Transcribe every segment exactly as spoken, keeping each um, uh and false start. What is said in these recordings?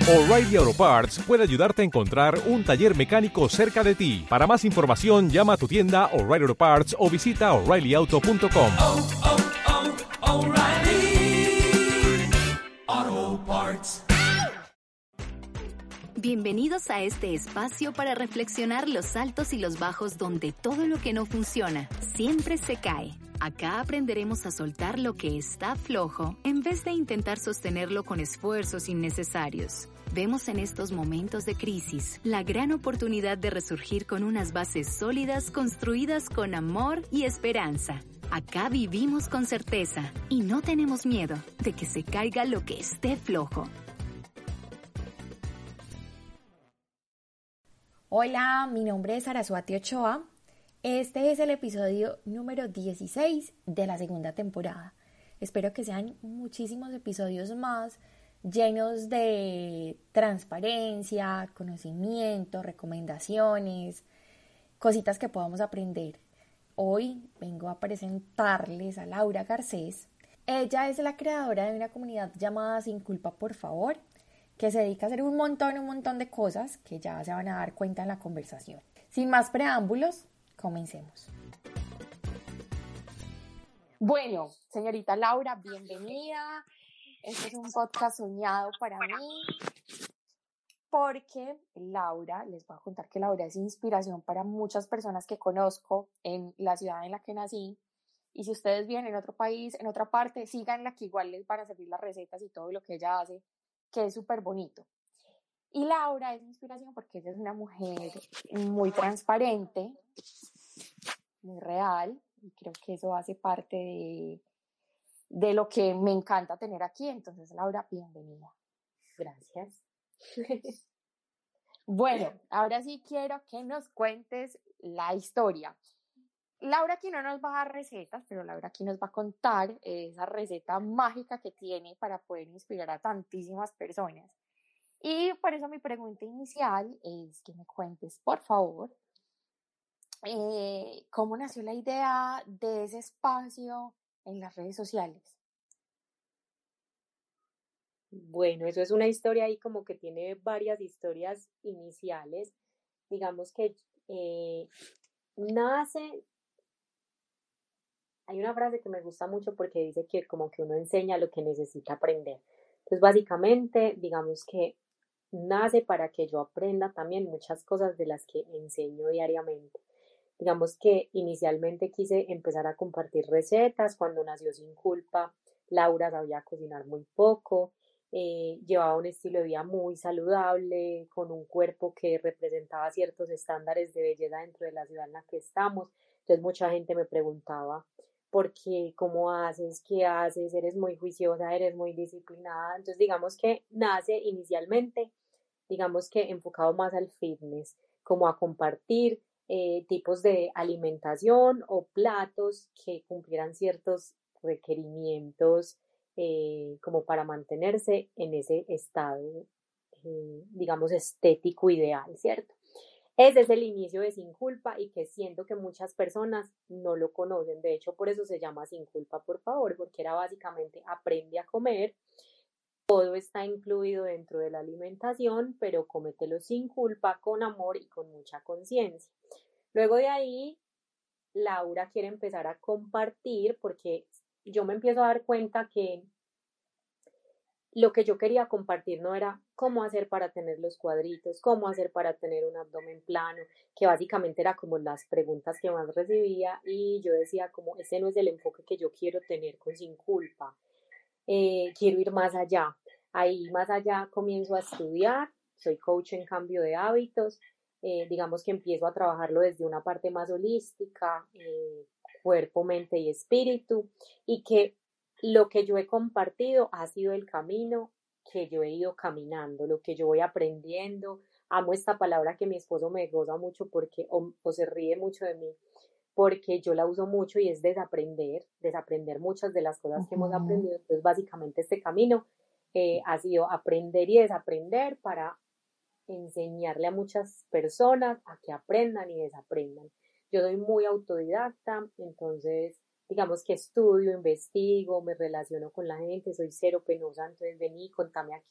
O'Reilly Auto Parts puede ayudarte a encontrar un taller mecánico cerca de ti. Para más información, llama a tu tienda O'Reilly Auto Parts o visita O'Reilly Auto punto com. Oh, oh, oh, O'Reilly Auto Parts. Bienvenidos a este espacio para reflexionar los altos y los bajos donde todo lo que no funciona siempre se cae. Acá aprenderemos a soltar lo que está flojo en vez de intentar sostenerlo con esfuerzos innecesarios. Vemos en estos momentos de crisis la gran oportunidad de resurgir con unas bases sólidas construidas con amor y esperanza. Acá vivimos con certeza y no tenemos miedo de que se caiga lo que esté flojo. Hola, mi nombre es Saraswati Ochoa. Este es el episodio número dieciséis de la segunda temporada. Espero que sean muchísimos episodios más llenos de transparencia, conocimiento, recomendaciones, cositas que podamos aprender. Hoy vengo a presentarles a Laura Garcés. Ella es la creadora de una comunidad llamada Sin Culpa, por favor, que se dedica a hacer un montón, un montón de cosas que ya se van a dar cuenta en la conversación. Sin más preámbulos, comencemos. Bueno, señorita Laura, bienvenida. Este es un podcast soñado para mí porque Laura, les voy a contar que Laura es inspiración para muchas personas que conozco en la ciudad en la que nací. Y si ustedes viven en otro país, en otra parte, síganla que igual les van a servir las recetas y todo lo que ella hace, que es súper bonito. Y Laura es inspiración porque ella es una mujer muy transparente, muy real, y creo que eso hace parte de, de lo que me encanta tener aquí. Entonces, Laura, bienvenida. Gracias. Bueno, ahora sí quiero que nos cuentes la historia. Laura aquí no nos va a dar recetas, pero Laura aquí nos va a contar esa receta mágica que tiene para poder inspirar a tantísimas personas. Y por eso mi pregunta inicial es que me cuentes, por favor, eh, cómo nació la idea de ese espacio en las redes sociales. Bueno, eso es una historia ahí como que tiene varias historias iniciales. Digamos que eh, nace... Hay una frase que me gusta mucho porque dice que como que uno enseña lo que necesita aprender. Entonces, básicamente, digamos que nace para que yo aprenda también muchas cosas de las que enseño diariamente. Digamos que inicialmente quise empezar a compartir recetas. Cuando nació Sin Culpa, Laura sabía cocinar muy poco, eh, llevaba un estilo de vida muy saludable, con un cuerpo que representaba ciertos estándares de belleza dentro de la ciudad en la que estamos. Entonces mucha gente me preguntaba, ¿por qué? ¿Cómo haces? ¿Qué haces? Eres muy juiciosa, eres muy disciplinada. Entonces digamos que nace inicialmente, digamos que enfocado más al fitness, como a compartir eh, tipos de alimentación o platos que cumplieran ciertos requerimientos eh, como para mantenerse en ese estado, eh, digamos, estético ideal, ¿cierto? Ese es el inicio de Sin Culpa y que siento que muchas personas no lo conocen. De hecho, por eso se llama Sin Culpa, por favor, porque era básicamente aprende a comer. Todo está incluido dentro de la alimentación, pero cómetelo sin culpa, con amor y con mucha conciencia. Luego de ahí, Laura quiere empezar a compartir porque yo me empiezo a dar cuenta que lo que yo quería compartir no era cómo hacer para tener los cuadritos, cómo hacer para tener un abdomen plano, que básicamente era como las preguntas que más recibía y yo decía como ese no es el enfoque que yo quiero tener con Sin Culpa. Eh, quiero ir más allá. Ahí más allá comienzo a estudiar, soy coach en cambio de hábitos, eh, digamos que empiezo a trabajarlo desde una parte más holística, eh, cuerpo, mente y espíritu, y que lo que yo he compartido ha sido el camino que yo he ido caminando, lo que yo voy aprendiendo. Amo esta palabra que mi esposo me goza mucho porque o, o se ríe mucho de mí, porque yo la uso mucho y es desaprender, desaprender muchas de las cosas uh-huh. que hemos aprendido. Entonces, básicamente este camino eh, ha sido aprender y desaprender para enseñarle a muchas personas a que aprendan y desaprendan. Yo soy muy autodidacta, entonces digamos que estudio, investigo, me relaciono con la gente, soy cero penosa, entonces vení, contame aquí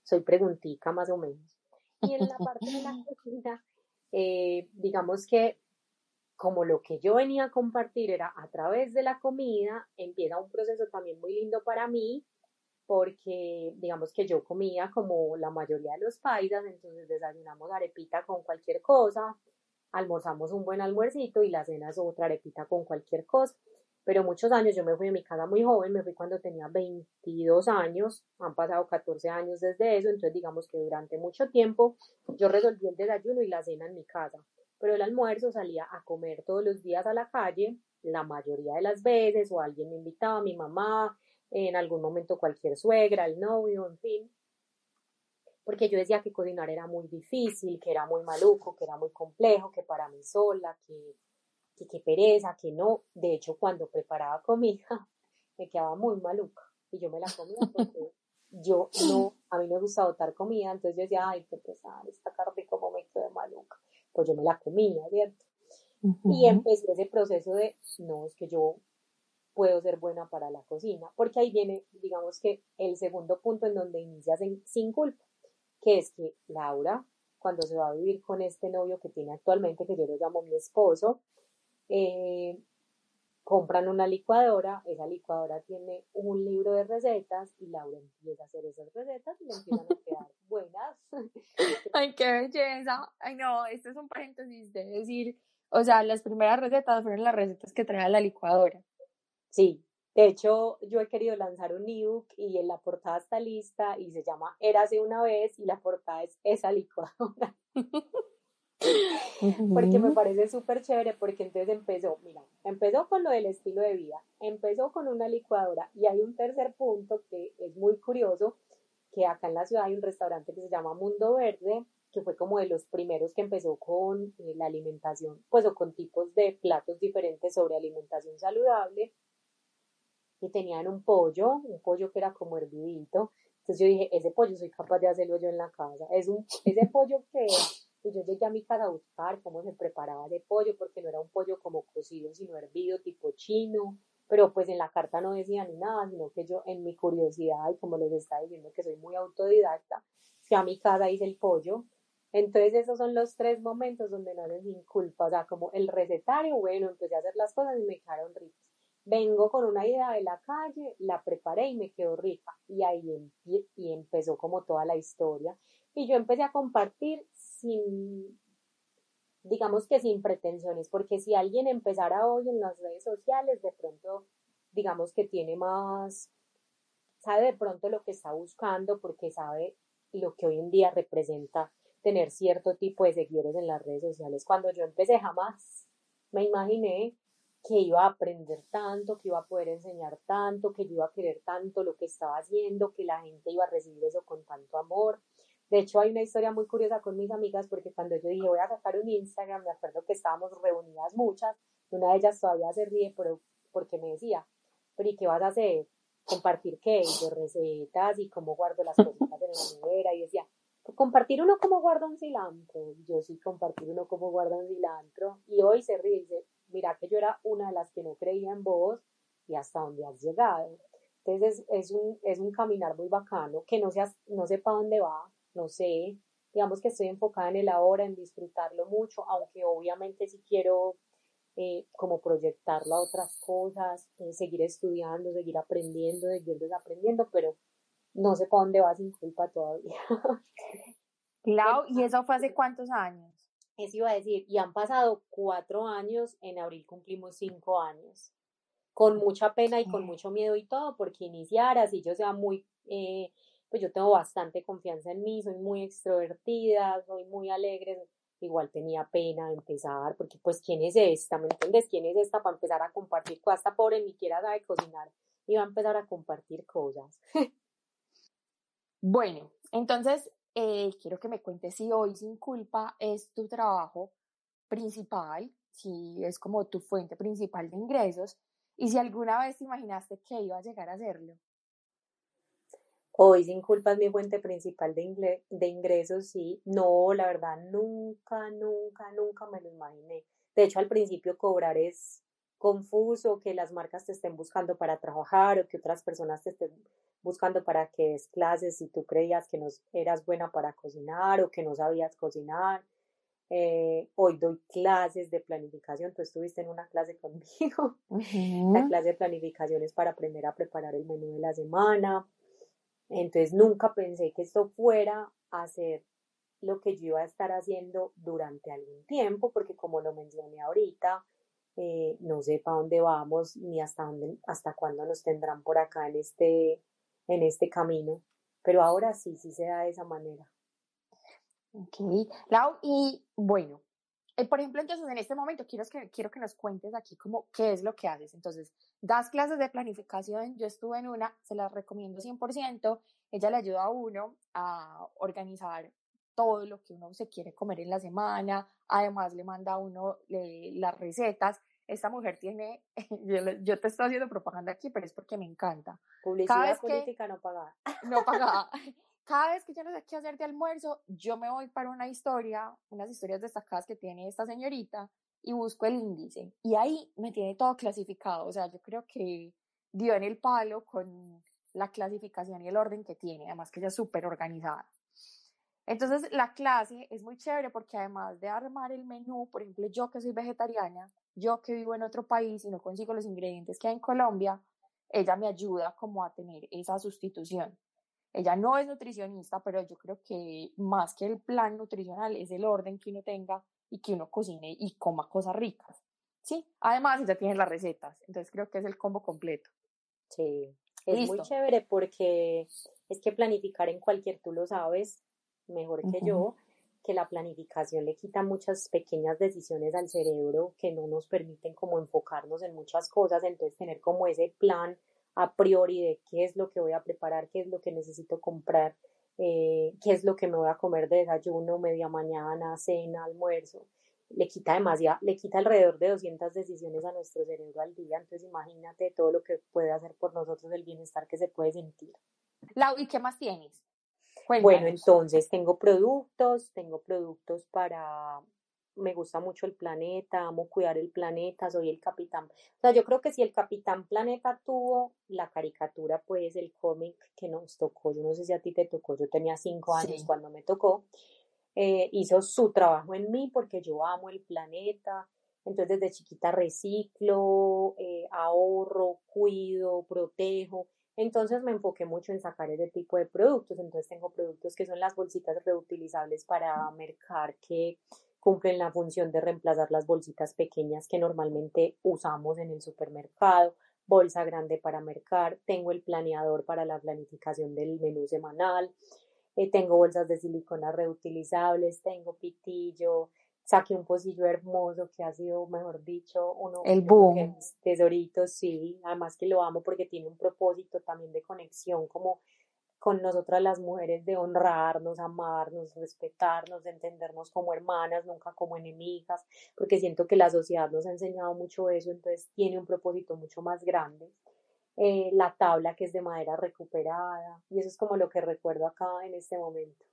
soy preguntica más o menos. Y en la parte de la cocina, eh, digamos que como lo que yo venía a compartir era a través de la comida, empieza un proceso también muy lindo para mí, porque digamos que yo comía como la mayoría de los paisas, entonces desayunamos arepita con cualquier cosa, almorzamos un buen almuercito y la cena es otra arepita con cualquier cosa. Pero muchos años, yo me fui de mi casa muy joven, me fui cuando tenía veintidós años, han pasado catorce años desde eso, entonces digamos que durante mucho tiempo yo resolví el desayuno y la cena en mi casa, pero el almuerzo salía a comer todos los días a la calle, la mayoría de las veces, o alguien me invitaba, mi mamá, en algún momento cualquier suegra, el novio, en fin, porque yo decía que cocinar era muy difícil, que era muy maluco, que era muy complejo, que para mí sola, que que qué pereza, que no. De hecho, cuando preparaba comida, me quedaba muy maluca y yo me la comía porque yo no, a mí me gusta botar comida, entonces yo decía, ay, qué pesar, esta carne como me quedó maluca. Pues yo me la comía, ¿cierto? Y Ujú. empezó ese proceso de, no, es que yo puedo ser buena para la cocina, porque ahí viene, digamos que el segundo punto en donde inicias en- sin culpa, que es que Laura, cuando se va a vivir con este novio que tiene actualmente, que yo lo llamo mi esposo, eh, compran una licuadora, esa licuadora tiene un libro de recetas y Laura empieza a hacer esas recetas y le empiezan a quedar buenas. Ay, qué belleza. Ay, no, este es un paréntesis de decir, o sea, las primeras recetas fueron las recetas que traía la licuadora. Sí, de hecho yo he querido lanzar un ebook y en la portada está lista y se llama Érase una vez y la portada es esa licuadora. Porque me Ujú. parece súper chévere porque entonces empezó, mira, empezó con lo del estilo de vida, empezó con una licuadora y hay un tercer punto que es muy curioso, que acá en la ciudad hay un restaurante que se llama Mundo Verde, que fue como de los primeros que empezó con eh, la alimentación, pues o con tipos de platos diferentes sobre alimentación saludable y tenían un pollo, un pollo que era como hervidito. Entonces yo dije, ese pollo soy capaz de hacerlo yo en la casa. Es un, ese pollo queda. Y yo llegué a mi casa a buscar cómo se preparaba ese pollo, porque no era un pollo como cocido, sino hervido, tipo chino. Pero pues en la carta no decía ni nada, sino que yo en mi curiosidad, y como les estaba diciendo que soy muy autodidacta, fui a mi casa, hice el pollo. Entonces esos son los tres momentos donde no les sin culpa. O sea, como el recetario, bueno, empecé a hacer las cosas y me quedaron ricas. Vengo con una idea de la calle, la preparé y me quedó rica. Y ahí empie- y empezó como toda la historia. Y yo empecé a compartir sin, digamos que sin pretensiones, porque si alguien empezara hoy en las redes sociales, de pronto, digamos que tiene más, sabe de pronto lo que está buscando, porque sabe lo que hoy en día representa tener cierto tipo de seguidores en las redes sociales. Cuando yo empecé jamás me imaginé que iba a aprender tanto, que iba a poder enseñar tanto, que yo iba a querer tanto lo que estaba haciendo, que la gente iba a recibir eso con tanto amor. De hecho, hay una historia muy curiosa con mis amigas porque cuando yo dije voy a sacar un Instagram, me acuerdo que estábamos reunidas muchas, una de ellas todavía se ríe pero, porque me decía, pero ¿y qué vas a hacer? ¿Compartir qué? Y yo recetas y cómo guardo las cositas en la nevera y decía, compartir uno como guarda un cilantro. Yo sí, compartir uno como guarda un cilantro. Y hoy se ríe y dice, mira que yo era una de las que no creía en vos y hasta dónde has llegado. Entonces es, es un, es un caminar muy bacano, que no, seas, no sé para dónde va, no sé, digamos que estoy enfocada en el ahora, en disfrutarlo mucho, aunque obviamente sí quiero eh, como proyectarlo a otras cosas, eh, seguir estudiando, seguir aprendiendo, seguir desaprendiendo, pero no sé para dónde va sin culpa todavía. Pero Clau, ¿y eso fue hace cuántos años? eso iba a decir, y han pasado cuatro años, en abril cumplimos cinco años, con mucha pena y con Eh, mucho miedo y todo, porque iniciar así yo sea muy, eh, pues yo tengo bastante confianza en mí, soy muy extrovertida, soy muy alegre, igual tenía pena de empezar, porque pues ¿quién es esta? ¿Me entiendes? ¿Quién es esta para empezar a compartir cosas? Esta pobre ni siquiera sabe cocinar y va a empezar a compartir cosas. Bueno, entonces eh, quiero que me cuentes si hoy sin culpa es tu trabajo principal, si es como tu fuente principal de ingresos y si alguna vez te imaginaste que iba a llegar a hacerlo. Hoy sin culpa es mi fuente principal de, ingle- de ingresos, sí. No, la verdad, nunca, nunca, nunca me lo imaginé. De hecho, al principio cobrar es confuso, que las marcas te estén buscando para trabajar o que otras personas te estén buscando para que des clases si tú creías que no eras buena para cocinar o que no sabías cocinar. Eh, hoy doy clases de planificación, tú estuviste en una clase conmigo. La Ujú. clase de planificación es para aprender a preparar el menú de la semana. Entonces nunca pensé que esto fuera a ser lo que yo iba a estar haciendo durante algún tiempo, porque como lo mencioné ahorita, eh, no sé para dónde vamos ni hasta dónde, hasta cuándo nos tendrán por acá en este, en este camino. Pero ahora sí, sí se da de esa manera. Ok, Lau, y bueno, eh, por ejemplo, entonces en este momento quiero que, quiero que nos cuentes aquí como qué es lo que haces. Entonces, das clases de planificación, yo estuve en una, se las recomiendo cien por ciento, ella le ayuda a uno a organizar todo lo que uno se quiere comer en la semana, además le manda a uno le- las recetas. Esta mujer tiene, yo, le- yo te estoy haciendo propaganda aquí, pero es porque me encanta. Cada Publicidad vez que política no pagada. no pagaba. Cada vez que yo no sé qué hacer de almuerzo, yo me voy para una historia, unas historias destacadas que tiene esta señorita y busco el índice. Y ahí me tiene todo clasificado. O sea, yo creo que dio en el palo con la clasificación y el orden que tiene. Además que ella es súper organizada. Entonces, la clase es muy chévere porque además de armar el menú, por ejemplo, yo que soy vegetariana, yo que vivo en otro país y no consigo los ingredientes que hay en Colombia, ella me ayuda como a tener esa sustitución. Ella no es nutricionista, pero yo creo que más que el plan nutricional es el orden que uno tenga y que uno cocine y coma cosas ricas. Sí, además ella tiene las recetas, entonces creo que es el combo completo. Sí, es muy Listo. chévere porque es que planificar en cualquier, tú lo sabes mejor que Ujú. yo, que la planificación le quita muchas pequeñas decisiones al cerebro que no nos permiten como enfocarnos en muchas cosas, entonces tener como ese plan a priori de qué es lo que voy a preparar, qué es lo que necesito comprar, eh, qué es lo que me voy a comer de desayuno, media mañana, cena, almuerzo, le quita demasiado, le quita alrededor de doscientas decisiones a nuestro cerebro al día, entonces imagínate todo lo que puede hacer por nosotros, el bienestar que se puede sentir. Lau, ¿y qué más tienes? Bueno, Cuéntanos. entonces tengo productos, tengo productos para, me gusta mucho el planeta, amo cuidar el planeta, soy el capitán. O sea, yo creo que si el Capitán Planeta tuvo la caricatura, pues el cómic que nos tocó, yo no sé si a ti te tocó, yo tenía cinco años Sí. cuando me tocó, eh, hizo su trabajo en mí porque yo amo el planeta. Entonces desde chiquita reciclo, eh, ahorro, cuido, protejo. Entonces me enfoqué mucho en sacar ese tipo de productos. Entonces tengo productos que son las bolsitas reutilizables para mercar que cumplen la función de reemplazar las bolsitas pequeñas que normalmente usamos en el supermercado, bolsa grande para mercar, tengo el planeador para la planificación del menú semanal, eh, tengo bolsas de silicona reutilizables, tengo pitillo, saqué un pocillo hermoso que ha sido, mejor dicho, uno, El yo creo que boom. mis tesoritos, sí, además que lo amo porque tiene un propósito también de conexión como con nosotras las mujeres, de honrarnos, amarnos, respetarnos, de entendernos como hermanas, nunca como enemigas, porque siento que la sociedad nos ha enseñado mucho eso, entonces tiene un propósito mucho más grande. Eh, la tabla que es de madera recuperada, y eso es como lo que recuerdo acá en este momento.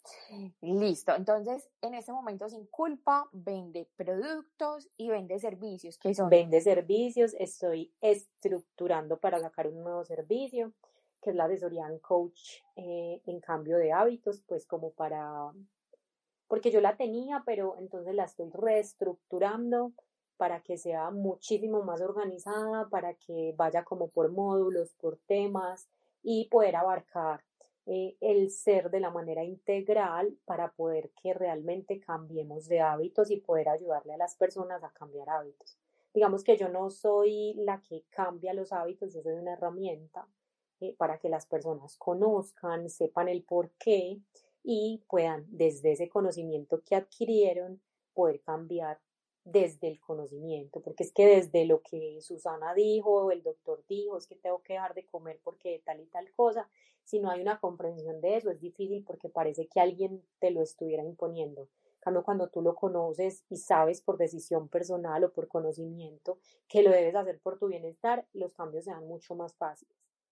Listo. Entonces, en este momento, Sin Culpa vende productos y vende servicios, que son, Vende servicios, estoy estructurando para sacar un nuevo servicio, que es la asesoría en coach eh, en cambio de hábitos, pues como para, porque yo la tenía, pero entonces la estoy reestructurando para que sea muchísimo más organizada, para que vaya como por módulos, por temas y poder abarcar eh, el ser de la manera integral para poder que realmente cambiemos de hábitos y poder ayudarle a las personas a cambiar hábitos. Digamos que yo no soy la que cambia los hábitos, yo soy una herramienta eh, para que las personas conozcan, sepan el por qué y puedan desde ese conocimiento que adquirieron poder cambiar desde el conocimiento, porque es que desde lo que Susana dijo, el doctor dijo, es que tengo que dejar de comer porque tal y tal cosa, si no hay una comprensión de eso es difícil porque parece que alguien te lo estuviera imponiendo. En cambio, cuando tú lo conoces y sabes por decisión personal o por conocimiento que lo debes hacer por tu bienestar, los cambios se dan mucho más fáciles.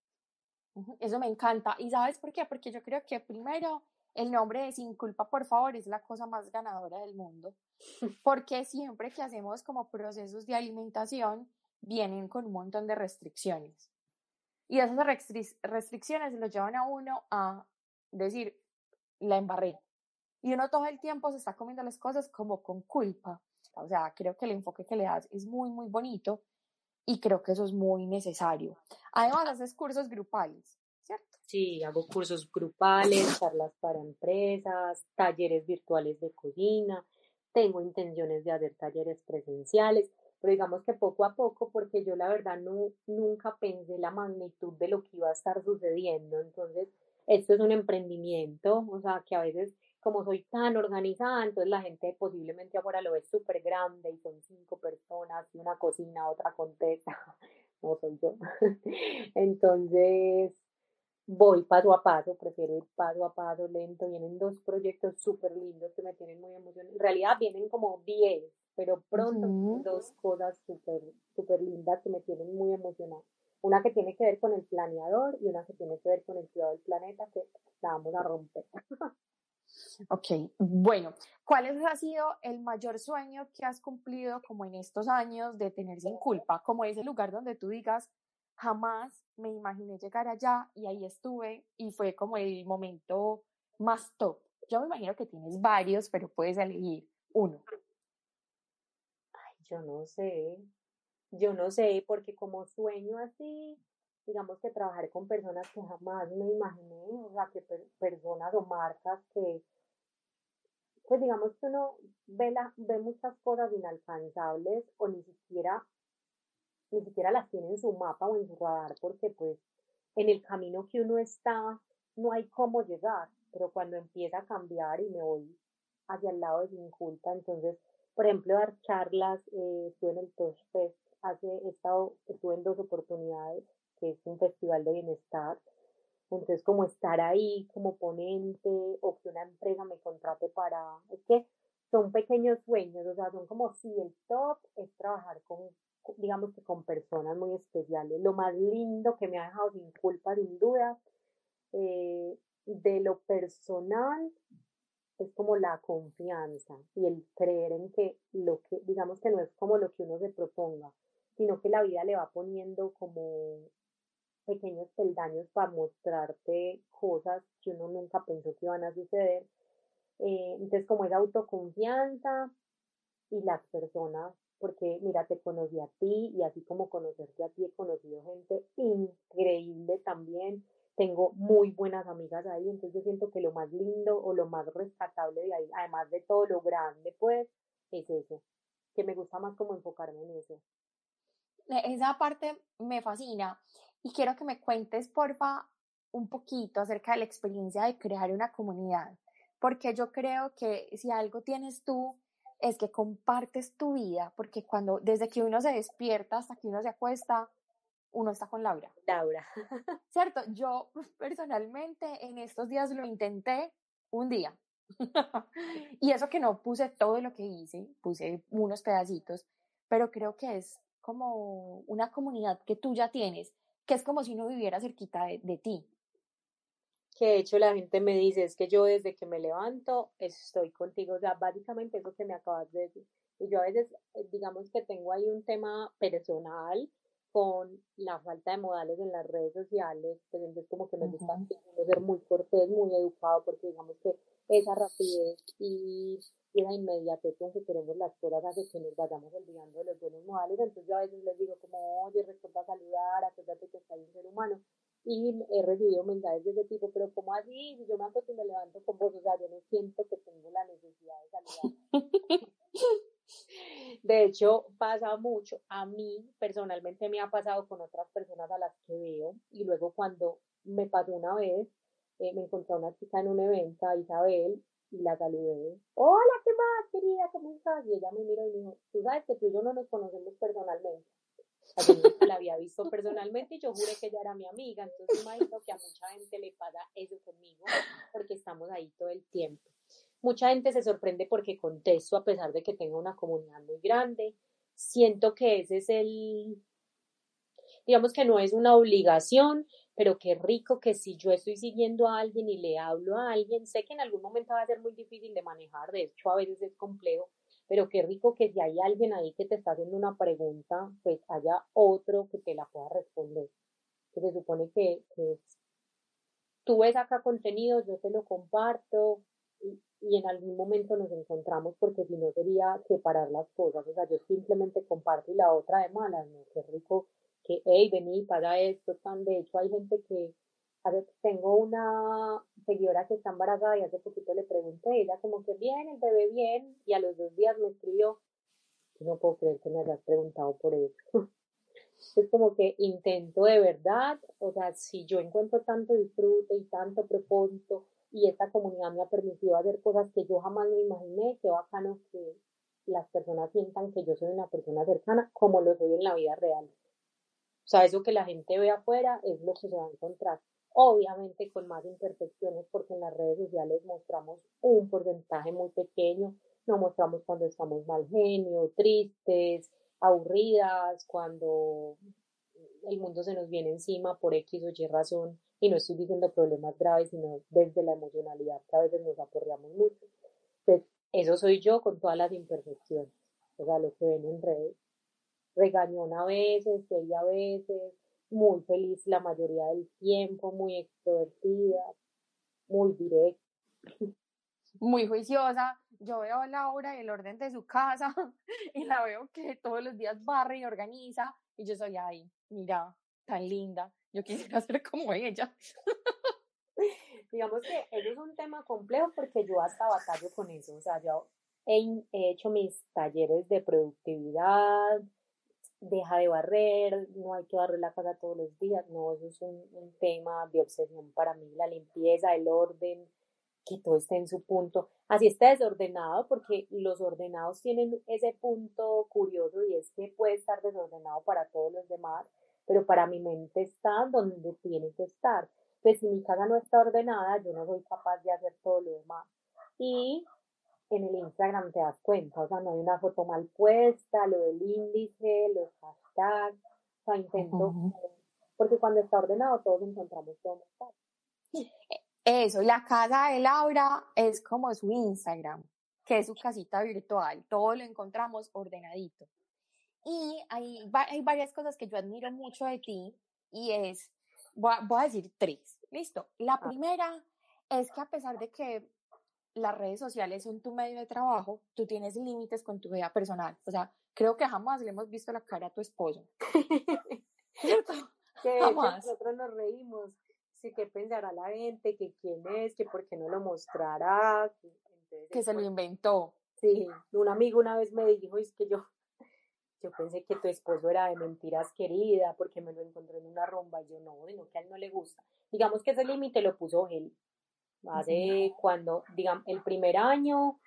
eso me encanta. ¿Y sabes por qué? Porque yo creo que primero el nombre de Sin Culpa, por favor, es la cosa más ganadora del mundo. Porque siempre que hacemos como procesos de alimentación, vienen con un montón de restricciones. Y esas restri- restricciones lo llevan a uno a decir, la embarré. Y uno todo el tiempo se está comiendo las cosas como con culpa. O sea, creo que el enfoque que le das es muy, muy bonito y creo que eso es muy necesario. Además, haces cursos grupales, ¿cierto? Sí, hago cursos grupales, charlas para empresas, talleres virtuales de cocina. Tengo intenciones de hacer talleres presenciales, pero digamos que poco a poco, porque yo la verdad no, nunca pensé la magnitud de lo que iba a estar sucediendo. Entonces, esto es un emprendimiento, o sea, que a veces, como soy tan organizada, entonces la gente posiblemente ahora lo ve súper grande y son cinco personas y una cocina, otra contesta, no soy yo. Entonces, voy paso a paso, prefiero ir paso a paso, lento. Vienen dos proyectos súper lindos que me tienen muy emocionada. En realidad vienen como diez, pero pronto vienen Ujú. dos cosas súper, súper lindas que me tienen muy emocionada. Una que tiene que ver con el planeador y una que tiene que ver con el cuidado del planeta, que la vamos a romper. Ok, bueno, ¿cuál es- ha sido el mayor sueño que has cumplido como en estos años de tener sin culpa? Como ese lugar donde tú digas, jamás me imaginé llegar allá y ahí estuve y fue como el momento más top. Yo me imagino que tienes varios, pero puedes elegir uno. Yo no sé, yo no sé, porque como sueño así, digamos que trabajar con personas que jamás me imaginé, o sea, que per- personas o marcas que, pues digamos que uno ve, la, ve muchas cosas inalcanzables o ni siquiera, ni siquiera las tiene en su mapa o en su radar, porque pues en el camino que uno está no hay cómo llegar, pero cuando empieza a cambiar y me voy hacia el lado de sin culpa, entonces, por ejemplo, dar charlas, eh, estuve en el Touch Fest, hace, he estado, estuve en dos oportunidades, que es un festival de bienestar, entonces como estar ahí como ponente o que una empresa me contrate para, es que son pequeños sueños, o sea, son como si el top es trabajar con, digamos que con personas muy especiales. Lo más lindo que me ha dejado sin culpa, sin duda, eh, de lo personal es como la confianza y el creer en que lo que, digamos que no es como lo que uno se proponga, sino que la vida le va poniendo como pequeños peldaños para mostrarte cosas que uno nunca pensó que iban a suceder. Eh, entonces, como esa autoconfianza y las personas, porque mira, te conocí a ti y así como conocerte a ti, he conocido gente increíble también. Tengo muy buenas amigas ahí, entonces yo siento que lo más lindo o lo más rescatable de ahí, además de todo lo grande, pues, es eso, que me gusta más como enfocarme en eso. E- Esa parte me fascina y quiero que me cuentes, porfa, un poquito acerca de la experiencia de crear una comunidad, porque yo creo que si algo tienes tú es que compartes tu vida, porque cuando desde que uno se despierta hasta que uno se acuesta, uno está con Laura, Laura. ¿cierto? Yo personalmente en estos días lo intenté un día. Y eso que no puse todo lo que hice, puse unos pedacitos, pero creo que es como una comunidad que tú ya tienes, que es como si uno viviera cerquita de, de ti. Que de hecho la gente me dice, es que yo desde que me levanto estoy contigo, o sea, básicamente eso que me acabas de decir. Y yo a veces, eh, digamos que tengo ahí un tema personal con la falta de modales en las redes sociales, pues entonces como que me gusta Ujú. ser muy cortés, muy educado, porque digamos que esa rapidez y, y esa inmediatez con que queremos las cosas hace que nos vayamos olvidando de los buenos modales, entonces yo a veces les digo como, oye, recuerda saludar, acuérdate que estás un ser humano, y he recibido mensajes de ese tipo, pero ¿cómo así? Si yo me acuesto y me levanto con vos, o sea, yo no siento que tengo la necesidad de saludar. De hecho, pasa mucho. A mí, personalmente, me ha pasado con otras personas a las que veo. Y luego cuando me pasó una vez, eh, me encontré a una chica en un evento, a Isabel, y la saludé. Hola, ¿qué más, querida? ¿Cómo estás? Y ella me miró y me dijo, tú sabes que tú y yo no nos conocemos personalmente. O sea, yo nunca la había visto personalmente y yo juré que ella era mi amiga. Entonces imagino que a mucha gente le pasa eso conmigo porque estamos ahí todo el tiempo. Mucha gente se sorprende porque contesto a pesar de que tengo una comunidad muy grande. Siento que ese es el, digamos que no es una obligación, pero qué rico que si yo estoy siguiendo a alguien y le hablo a alguien, sé que en algún momento va a ser muy difícil de manejar, de hecho a veces es complejo, pero qué rico que si hay alguien ahí que te está haciendo una pregunta, pues haya otro que te la pueda responder. que se supone que, que tú ves acá contenido, yo te lo comparto y, y en algún momento nos encontramos porque si no sería separar las cosas, o sea, yo simplemente comparto y la otra de malas, ¿no? Qué rico que, hey, vení, para esto, tan, de hecho hay gente que, hace- tengo una seguidora que está embarazada y hace poquito le pregunté, ella como que bien, el bebé bien, y a los dos días me escribió, no puedo creer que me hayas preguntado por eso. Es como que intento de verdad, o sea, si yo encuentro tanto disfrute y tanto propósito y esta comunidad me ha permitido hacer cosas que yo jamás me imaginé, qué bacano que las personas sientan que yo soy una persona cercana como lo soy en la vida real. O sea, eso que la gente ve afuera es lo que se va a encontrar. Obviamente con más imperfecciones porque en las redes sociales mostramos un porcentaje muy pequeño, no mostramos cuando estamos mal genio, tristes, aburridas, cuando el mundo se nos viene encima por X o Y razón, y no estoy diciendo problemas graves, sino desde la emocionalidad que a veces nos aporreamos mucho. Entonces, eso soy yo con todas las imperfecciones, o sea, lo que ven en redes. Regañón a veces, seria a veces, muy feliz la mayoría del tiempo, muy extrovertida, muy directa. Muy juiciosa. Yo veo a Laura y el orden de su casa y la veo que todos los días barre y organiza y yo soy ahí, mira, tan linda. Yo quisiera ser como ella. Digamos que eso es un tema complejo porque yo hasta batallo con eso, o sea, yo he, he hecho mis talleres de productividad, deja de barrer, no hay que barrer la casa todos los días, no, eso es un, un tema de obsesión para mí, la limpieza, el orden, que todo esté en su punto, así está desordenado, porque los ordenados tienen ese punto curioso y es que puede estar desordenado para todos los demás, pero para mi mente está donde tiene que estar. Pues si mi casa no está ordenada, yo no soy capaz de hacer todo lo demás. Y en el Instagram te das cuenta, o sea, no hay una foto mal puesta, lo del índice, los hashtags, o sea, intento, Ujú. porque cuando está ordenado todos encontramos todo más fácil. Eso, la casa de Laura es como su Instagram, que es su casita virtual. Todo lo encontramos ordenadito. Y hay, va- hay varias cosas que yo admiro mucho de ti y es, voy a, voy a decir tres, ¿listo? La Ah, primera es que a pesar de que las redes sociales son tu medio de trabajo, tú tienes límites con tu vida personal. O sea, creo que jamás le hemos visto la cara a tu esposo, ¿cierto? que de hecho Jamás. nosotros nos reímos, sí, qué pensará la gente, que quién es, que por qué no lo mostrará, que- entonces Que es se lo bueno. inventó. Sí, un amigo una vez me dijo, es que yo, yo pensé que tu esposo era de mentiras querida, porque me lo encontré en una rumba, y yo no, sino que a él no le gusta. Digamos que ese límite lo puso él, Ujú. hace cuando, digamos, el primer año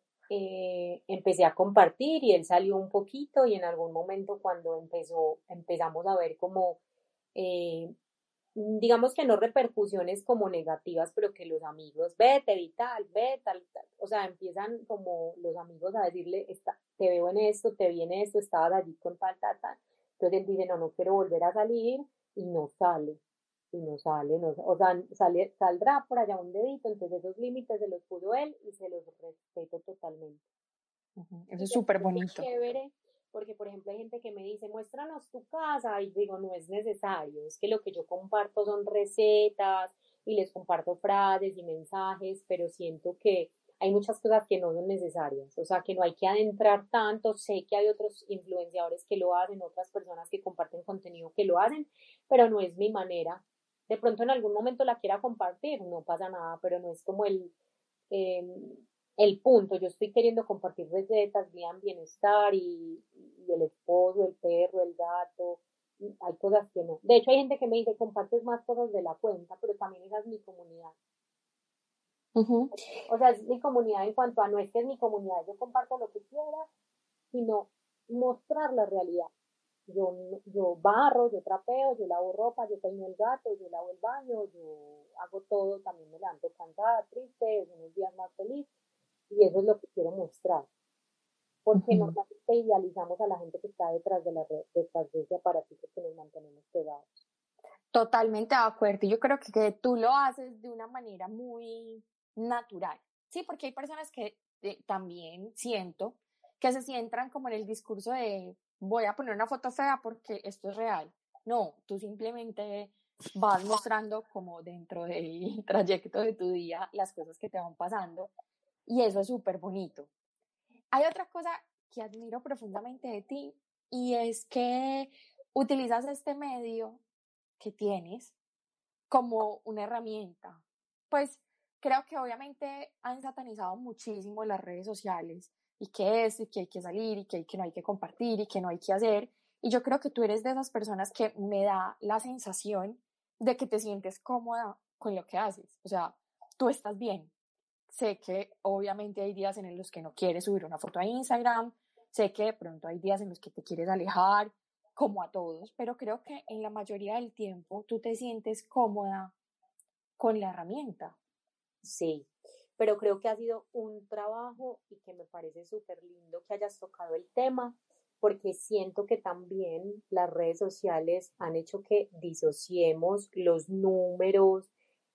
eh, empecé a compartir y él salió un poquito y en algún momento cuando empezó, empezamos a ver como, eh, digamos que no repercusiones como negativas, pero que los amigos, vete y tal, ve tal, tal, o sea, empiezan como los amigos a decirle, está, te veo en esto, te vi en esto, estabas allí con tal, tal, tal, entonces él dice, no, no quiero volver a salir y no sale, y no sale, no, o sea, sale, saldrá por allá un dedito, entonces esos límites se los puso él y se los respeto totalmente. Ujú. Eso Y es se súper me hace bonito. chévere porque, por ejemplo, hay gente que me dice, muéstranos tu casa, y digo, no es necesario, es que lo que yo comparto son recetas y les comparto frases y mensajes, pero siento que hay muchas cosas que no son necesarias, o sea, que no hay que adentrar tanto, sé que hay otros influenciadores que lo hacen, otras personas que comparten contenido que lo hacen, pero no es mi manera. De pronto en algún momento la quiera compartir, no pasa nada, pero no es como el, eh, el punto. Yo estoy queriendo compartir recetas, vida en bienestar y, y el esposo, el perro, el gato. Y hay cosas que no. De hecho, hay gente que me dice, compartes más cosas de la cuenta, pero también esa es mi comunidad. Ujú. O sea, es mi comunidad en cuanto a no es que es mi comunidad, yo comparto lo que quiera, sino mostrar la realidad. Yo, yo barro, yo trapeo, yo lavo ropa, yo peino el gato, yo lavo el baño, yo hago todo, también me levanto cansada, triste, unos días más feliz, y eso es lo que quiero mostrar, porque Ujú. normalmente idealizamos a la gente que está detrás de la red, detrás de ese aparatito que nos mantenemos pegados. Totalmente de acuerdo. Y yo creo que, que tú lo haces de una manera muy natural. Sí, porque hay personas que eh, también siento que se centran como en el discurso de voy a poner una foto fea porque esto es real. No, tú simplemente vas mostrando como dentro del trayecto de tu día las cosas que te van pasando y eso es súper bonito. Hay otra cosa que admiro profundamente de ti y es que utilizas este medio que tienes como una herramienta. Pues creo que obviamente han satanizado muchísimo las redes sociales y que es, y que hay que salir, y que, que no hay que compartir, y que no hay que hacer. Y yo creo que tú eres de esas personas que me da la sensación de que te sientes cómoda con lo que haces. O sea, tú estás bien. Sé que obviamente hay días en los que no quieres subir una foto a Instagram, sé que de pronto hay días en los que te quieres alejar, como a todos, pero creo que en la mayoría del tiempo tú te sientes cómoda con la herramienta. Sí, pero creo que ha sido un trabajo y que me parece súper lindo que hayas tocado el tema, porque siento que también las redes sociales han hecho que disociemos los números,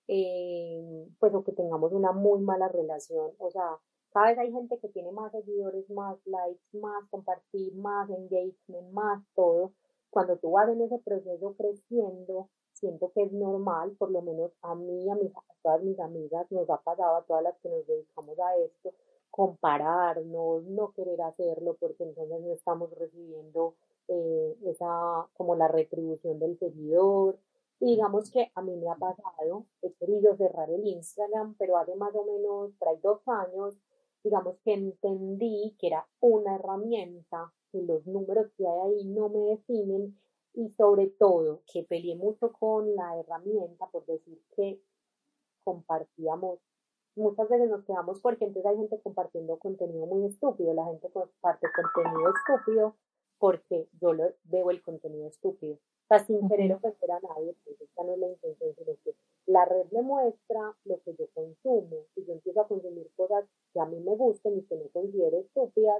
eh, pues o que tengamos una muy mala relación. O sea, cada vez hay gente que tiene más seguidores, más likes, más compartir, más engagement, más todo. Cuando tú vas en ese proceso creciendo, siento que es normal, por lo menos a mí, a, mis, a todas mis amigas, nos ha pasado, a todas las que nos dedicamos a esto, compararnos, no querer hacerlo porque entonces no estamos recibiendo eh, esa, como la retribución del seguidor. Y digamos que a mí me ha pasado, he querido cerrar el Instagram, pero hace más o menos, por ahí dos años, digamos que entendí que era una herramienta, que los números que hay ahí no me definen y sobre todo que peleé mucho con la herramienta por decir que compartíamos, muchas veces nos quedamos porque entonces hay gente compartiendo contenido muy estúpido, la gente comparte contenido estúpido porque yo lo, veo el contenido estúpido, o sea, sin querer ofender a nadie, pues esta no es la intención, sino que la red me muestra lo que yo consumo, y yo empiezo a consumir cosas que a mí me gusten y que no considero estúpidas,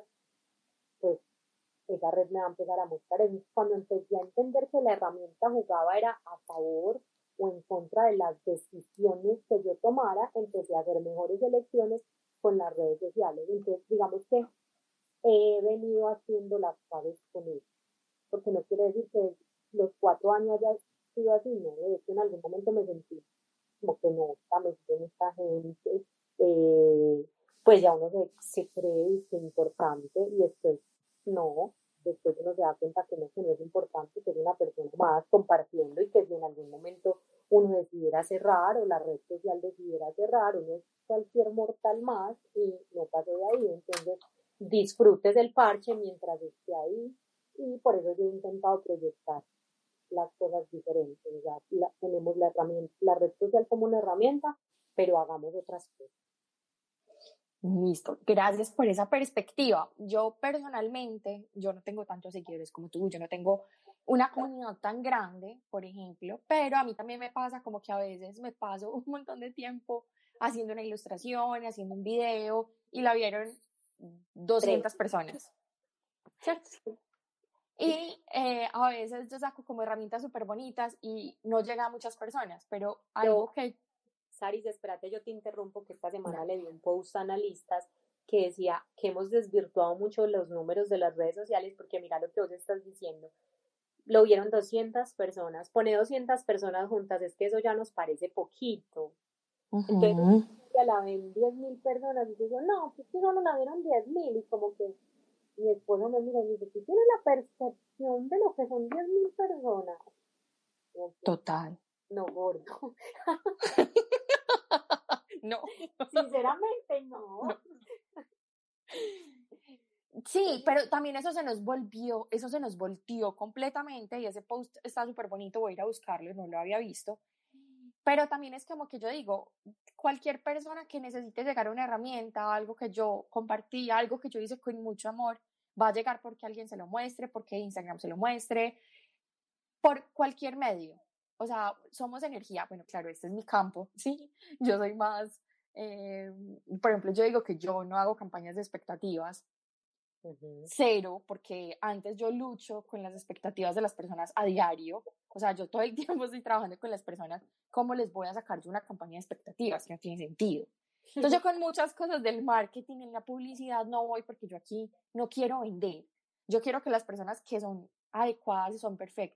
pues esa red me va a empezar a mostrar eso. Cuando empecé a entender que la herramienta jugaba era a favor o en contra de las decisiones que yo tomara, empecé a hacer mejores elecciones con las redes sociales. Entonces, digamos que he venido haciendo las paces con eso, porque no quiere decir que los cuatro años haya sido así, no, de hecho en algún momento me sentí como que no, me en esta gente, eh, pues ya uno se, se cree que es importante y después no, después uno se da cuenta que no, que no es importante, que es una persona más compartiendo y que si en algún momento uno decidiera cerrar o la red social decidiera cerrar, uno es cualquier mortal más y no pasó de ahí, entonces disfrutes del parche mientras esté ahí y por eso yo he intentado proyectar las cosas diferentes, o sea, la, tenemos la herramienta, la red social como una herramienta, pero hagamos otras cosas. Listo, gracias por esa perspectiva. Yo personalmente, yo no tengo tantos seguidores como tú, yo no tengo una comunidad tan grande, por ejemplo, pero a mí también me pasa como que a veces me paso un montón de tiempo haciendo una ilustración, haciendo un video y la vieron doscientas Tres. personas, ¿cierto? Y eh, a veces yo saco como herramientas súper bonitas y no llega a muchas personas, pero algo que... Saris, espérate, yo te interrumpo, que esta semana no. le di un post a analistas que decía que hemos desvirtuado mucho los números de las redes sociales, porque mira lo que vos estás diciendo, lo vieron doscientas personas, pone doscientas personas juntas, es que eso ya nos parece poquito. Uh-huh. Entonces, ya la ven diez mil personas, y yo, no, que solo la vieron diez mil, y como que mi esposo me mira y me dice, ¿tú tienes la percepción de lo que son diez mil personas? Total. No, gordo. No. Sinceramente, no. no. Sí, pero también eso se nos volvió, eso se nos volteó completamente y ese post está súper bonito, voy a ir a buscarlo, no lo había visto. Pero también es como que yo digo, cualquier persona que necesite llegar a una herramienta, algo que yo compartí, algo que yo hice con mucho amor, va a llegar porque alguien se lo muestre, porque Instagram se lo muestre, por cualquier medio. O sea, somos energía. Bueno, claro, este es mi campo, ¿sí? Yo soy más, eh, por ejemplo, yo digo que yo no hago campañas de expectativas, uh-huh. Cero, porque antes yo lucho con las expectativas de las personas a diario. O sea, yo todo el tiempo estoy trabajando con las personas. ¿Cómo les voy a sacar de una campaña de expectativas? Que no tiene sentido. Entonces yo con muchas cosas del marketing, en la publicidad, no voy porque yo aquí no quiero vender. Yo quiero que las personas que son adecuadas y son perfectas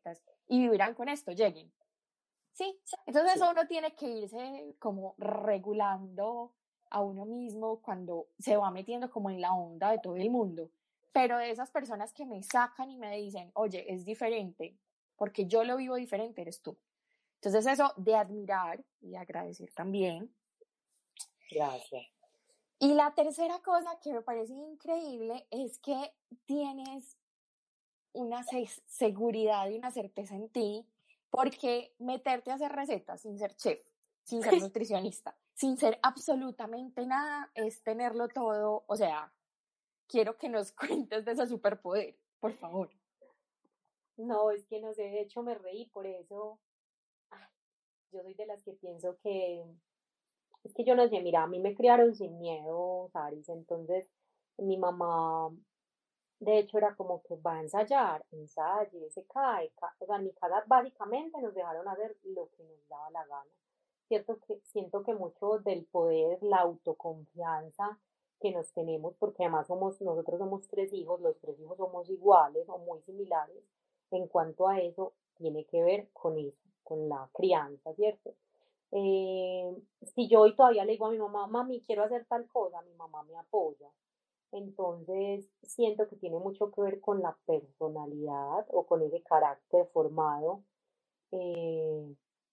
y vivirán con esto, lleguen. Sí, entonces sí. Eso uno tiene que irse como regulando a uno mismo cuando se va metiendo como en la onda de todo el mundo. Pero de esas personas que me sacan y me dicen, oye, es diferente, porque yo lo vivo diferente, eres tú. Entonces eso de admirar y agradecer también. Gracias. Y la tercera cosa que me parece increíble es que tienes una seguridad y una certeza en ti, porque meterte a hacer recetas sin ser chef, sin ser nutricionista, sin ser absolutamente nada, es tenerlo todo. O sea, quiero que nos cuentes de ese superpoder, por favor. No, es que no sé, de hecho me reí por eso. Ay, yo soy de las que pienso que, es que yo no sé, mira, a mí me criaron sin miedo, Saris, entonces mi mamá, de hecho, era como que va a ensayar, ensaye, se cae, ca o sea, en mi casa básicamente nos dejaron hacer lo que nos daba la gana. Cierto que, siento que mucho del poder, la autoconfianza que nos tenemos, porque además somos, nosotros somos tres hijos, los tres hijos somos iguales o muy similares, en cuanto a eso, tiene que ver con eso, con la crianza, ¿cierto? Eh, si yo hoy todavía le digo a mi mamá, mami, quiero hacer tal cosa, mi mamá me apoya. Entonces, siento que tiene mucho que ver con la personalidad o con ese carácter formado. Eh,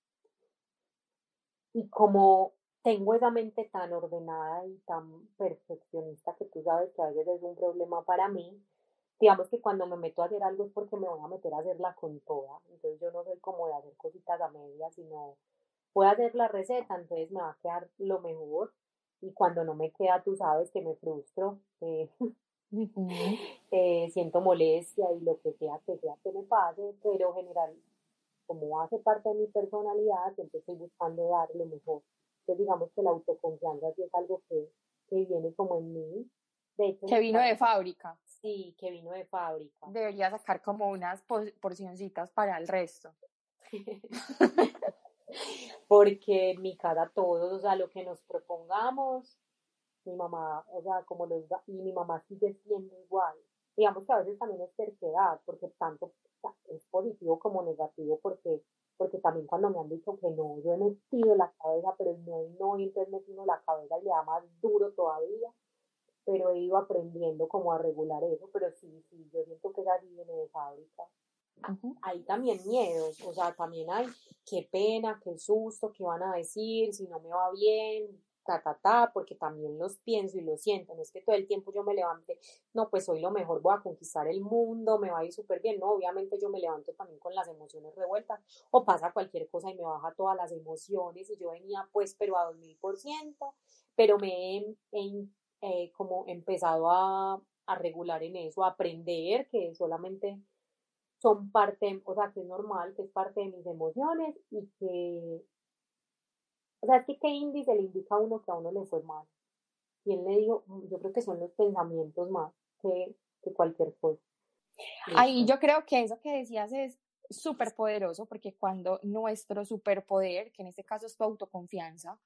y como tengo esa mente tan ordenada y tan perfeccionista que tú sabes que a veces es un problema para mí, digamos que cuando me meto a hacer algo es porque me voy a meter a hacerla con toda. Entonces yo no soy como de hacer cositas a medias, sino voy a hacer la receta, entonces me va a quedar lo mejor. Y cuando no me queda, tú sabes que me frustro. Eh, Uh-huh. Eh, siento molestia y lo que sea que sea que me pase, pero en general, como hace parte de mi personalidad, siempre estoy buscando dar lo mejor. Entonces, digamos que la autoconfianza sí es algo que, que viene como en mí. De hecho, que vino claro, de fábrica. Sí, que vino de fábrica. Debería sacar como unas porcioncitas para el resto. Porque en mi casa todos, o sea, lo que nos propongamos, mi mamá, o sea, como los, y mi mamá sigue siendo igual. Digamos que a veces también es terquedad, porque tanto es positivo como negativo, porque, porque también cuando me han dicho que no, yo he metido la cabeza, pero no es no, y entonces metido la cabeza y le da más duro todavía, pero he ido aprendiendo como a regular eso, pero sí, sí, yo siento que esa sí viene de fábrica. Uh-huh. Hay también miedos, o sea, también hay qué pena, qué susto, qué van a decir, si no me va bien, ta, ta, ta, porque también los pienso y los siento, no es que todo el tiempo yo me levante, no, pues soy lo mejor, voy a conquistar el mundo, me va a ir súper bien, no, obviamente yo me levanto también con las emociones revueltas, o pasa cualquier cosa y me baja todas las emociones, y yo venía pues, pero a dos mil por ciento, pero me he, he eh, como empezado a, a regular en eso, a aprender que solamente son parte, o sea, que es normal, que es parte de mis emociones y que, o sea, es que qué índice le indica a uno que a uno le fue mal. ¿Quién le dijo? Yo creo que son los pensamientos más que, que cualquier cosa. Ahí yo creo que eso que decías es súper poderoso, porque cuando nuestro superpoder, que en este caso es tu autoconfianza,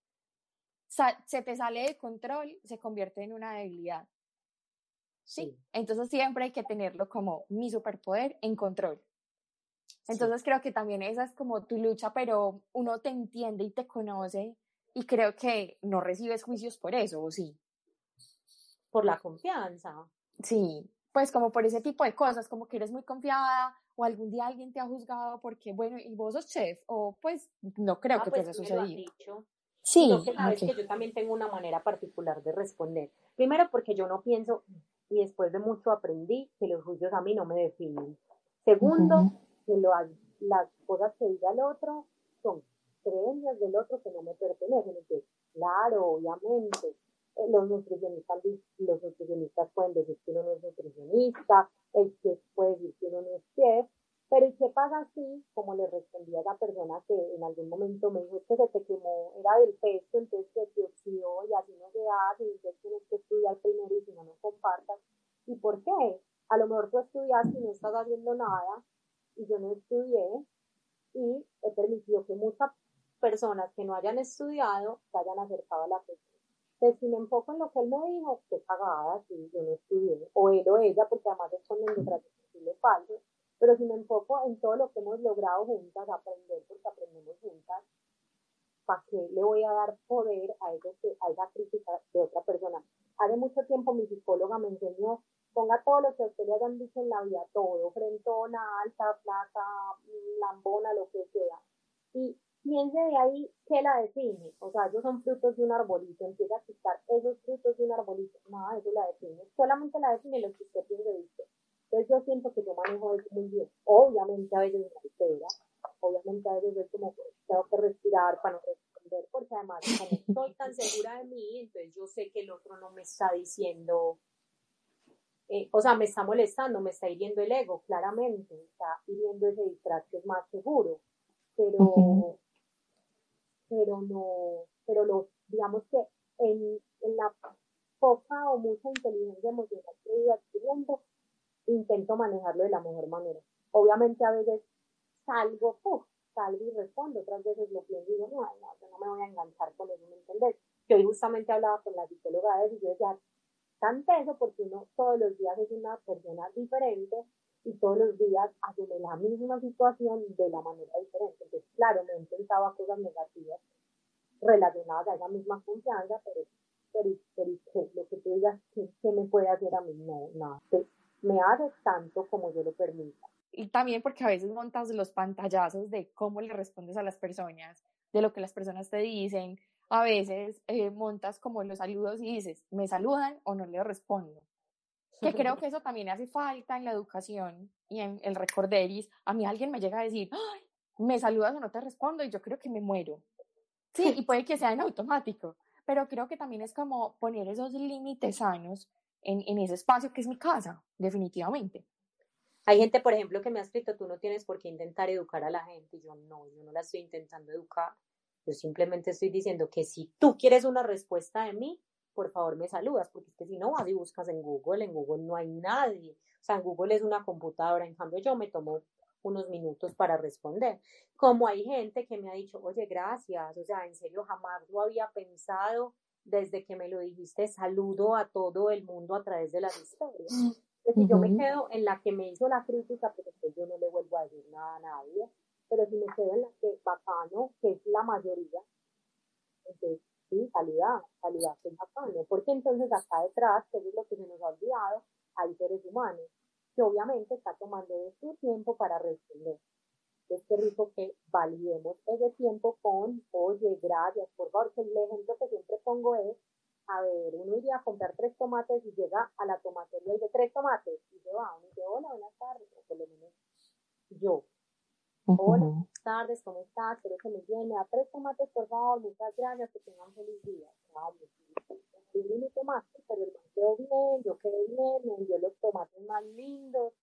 se te sale de control, se convierte en una debilidad. ¿Sí? Sí. Entonces siempre hay que tenerlo como mi superpoder en control. Entonces sí. Creo que también esa es como tu lucha, pero uno te entiende y te conoce y creo que no recibes juicios por eso, ¿o sí? Por la confianza. Sí, pues como por ese tipo de cosas, como que eres muy confiada o algún día alguien te ha juzgado porque, bueno, y vos sos chef, o pues no creo ah, que pues te haya sí sucedido. Me lo han dicho. Sí, no, que sabes okay. que yo también tengo una manera particular de responder. Primero porque yo no pienso, y después de mucho aprendí, que los juicios a mí no me definen. Segundo, uh-huh. que lo, las cosas que diga el otro son creencias del otro que no me pertenecen. Entonces, claro, obviamente, eh, los nutricionistas, los nutricionistas pueden decir que uno no es nutricionista, el chef puede decir que uno no es chef, pero ¿y qué pasa así? Como le respondí a esa persona que en algún momento me dijo, es que se te quemó, era del pesto, entonces se te oxidó y así no se hace, y entonces tienes que estudiar primero y si no, no compartas. ¿Y por qué? A lo mejor tú estudiaste y no estás haciendo nada, y yo no estudié, y he permitido que muchas personas que no hayan estudiado se hayan acercado a la persona. Entonces, si me enfoco en lo que él me dijo, qué cagada, si yo no estudié, o él o ella, porque además es con el falsos, Pero si me enfoco en todo lo que hemos logrado juntas, aprender porque aprendemos juntas, ¿para qué le voy a dar poder a, eso que, a esa crítica de otra persona? Hace mucho tiempo mi psicóloga me enseñó, ponga todo lo que a usted le hayan dicho en la vida, todo, frentona, alta, flaca, lambona, lo que sea, y piense de ahí qué la define. O sea, ellos son frutos de un arbolito, empieza a quitar esos frutos de un arbolito, nada, eso la define, solamente la define lo que usted piense de usted. Entonces yo siento que yo manejo eso muy bien. Obviamente a veces me altera, obviamente a veces es como, tengo que respirar para no responder, porque además como estoy tan segura de mí, entonces yo sé que el otro no me está diciendo, eh, o sea, me está molestando, me está hiriendo el ego, claramente, está hiriendo ese disfraz que es más seguro, pero, uh-huh. pero no, pero lo, digamos que en, en la poca o mucha inteligencia emocional que he ido adquiriendo, intento manejarlo de la mejor manera. Obviamente a veces salgo, uf, salgo y respondo, otras veces lo pienso y digo, no, no, yo no me voy a enganchar con eso, ¿me entendés? Yo hoy justamente hablaba con la psicóloga de eso y yo decía, tan teso porque uno todos los días es una persona diferente y todos los días asume la misma situación de la manera diferente. Entonces, claro, me he intentado cosas negativas relacionadas a esa misma confianza, pero, pero, pero ¿qué? Lo que tú digas, ¿qué, qué me puede hacer a mí? No, nada. No. Me hace tanto como yo lo permita. Y también porque a veces montas los pantallazos de cómo le respondes a las personas, de lo que las personas te dicen. A veces eh, montas como los saludos y dices, ¿me saludan o no les respondo? Que creo que eso también hace falta en la educación y en el recorderis. A mí alguien me llega a decir, ¡ay! ¿Me saludas o no te respondo? Y yo creo que me muero. Sí, y puede que sea en automático, pero creo que también es como poner esos límites sanos en, en ese espacio que es mi casa, definitivamente. Hay gente, por ejemplo, que me ha escrito, tú no tienes por qué intentar educar a la gente. Y yo, no, yo no la estoy intentando educar. Yo simplemente estoy diciendo que si tú quieres una respuesta de mí, por favor me saludas, porque es que si no vas y buscas en Google, en Google no hay nadie. O sea, en Google es una computadora, en cambio yo me tomo unos minutos para responder. Como hay gente que me ha dicho, oye, gracias, o sea, en serio jamás lo había pensado, desde que me lo dijiste, saludo a todo el mundo a través de las historias. Entonces, si uh-huh. yo me quedo en la que me hizo la crítica, pues entonces yo no le vuelvo a decir nada a nadie, pero si me quedo en la que bacano, que es la mayoría, entonces sí, saludar, saludar que es bacano, porque entonces acá detrás, que es lo que se nos ha olvidado, hay seres humanos, que obviamente está tomando de su tiempo para responder. Es que rico que validemos ese tiempo con, oye, gracias, por favor, que el ejemplo que siempre pongo es, a ver, uno iría a comprar tres tomates y llega a la tomatería y dice tres tomates y se va, uno dice, hola, buenas tardes, o por lo menos yo, uh-huh. hola, buenas tardes, ¿cómo estás? Espero que me llene, a tres tomates, por favor, muchas gracias, que tengan feliz día. Vamos, sí, mi tomate, pero el man quedó bien, yo quedé bien, me dio los tomates más lindos.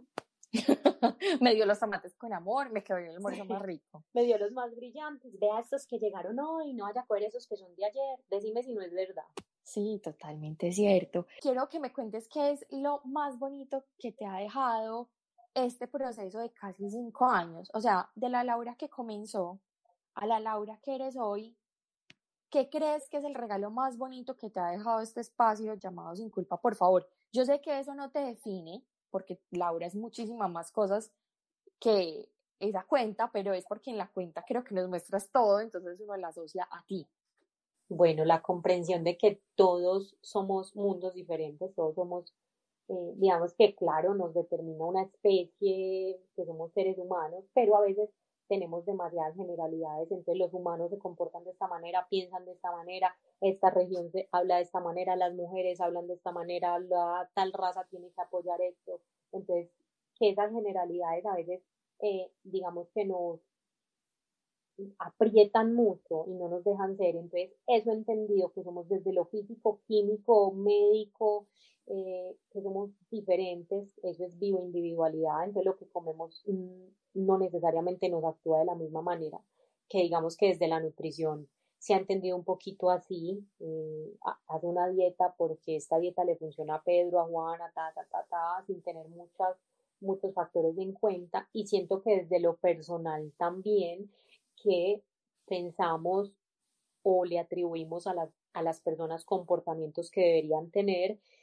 Me dio los tomates con amor, me quedó el almuerzo sí. más rico. Me dio los más brillantes. Vea estos que llegaron hoy, no vaya a coger esos que son de ayer. Decime si no es verdad. Sí, totalmente cierto. Quiero que me cuentes qué es lo más bonito que te ha dejado este proceso de casi cinco años. O sea, de la Laura que comenzó a la Laura que eres hoy, ¿qué crees que es el regalo más bonito que te ha dejado este espacio llamado Sin Culpa, por favor? Yo sé que eso no te define, porque Laura es muchísimas más cosas que esa cuenta, pero es porque en la cuenta creo que nos muestras todo, entonces uno la asocia a ti. Bueno, la comprensión de que todos somos mundos diferentes, todos somos, eh, digamos que claro, nos determina una especie, que somos seres humanos, pero a veces tenemos demasiadas generalidades, entonces los humanos se comportan de esta manera, piensan de esta manera, esta región se habla de esta manera, las mujeres hablan de esta manera, la tal raza tiene que apoyar esto, entonces que esas generalidades a veces, eh, digamos que nos aprietan mucho y no nos dejan ser, entonces eso he entendido, que somos desde lo físico, químico, médico, eh, que somos diferentes, eso es bioindividualidad, entonces lo que comemos mmm, no necesariamente nos actúa de la misma manera, que digamos que desde la nutrición se ha entendido un poquito así, eh, haz una dieta porque esta dieta le funciona a Pedro, a Juana, ta, ta, ta, ta, sin tener muchas, muchos factores en cuenta, y siento que desde lo personal también, que pensamos o le atribuimos a las, a las personas comportamientos que deberían tener,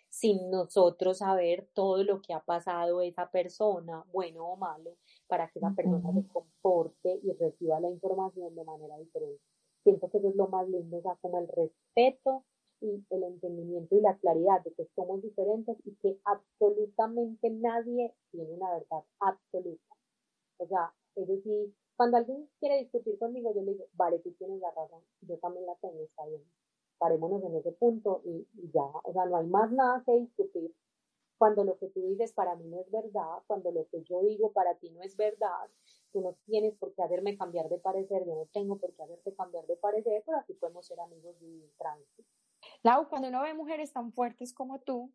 sin nosotros saber todo lo que ha pasado esa persona, bueno o malo, para que esa persona se Ujú. comporte y reciba la información de manera diferente. Siento que eso es lo más lindo, o sea, como el respeto y el entendimiento y la claridad de que somos diferentes y que absolutamente nadie tiene una verdad absoluta. O sea, eso sí, cuando alguien quiere discutir conmigo, yo le digo, vale, tú tienes la razón, yo también la tengo, está bien. Parémonos en ese punto y, y ya, o sea, no hay más nada que discutir. Cuando lo que tú dices para mí no es verdad, cuando lo que yo digo para ti no es verdad, tú no tienes por qué hacerme cambiar de parecer, yo no tengo por qué hacerte cambiar de parecer, pero así podemos ser amigos y tranquilos. Lau, cuando uno ve mujeres tan fuertes como tú,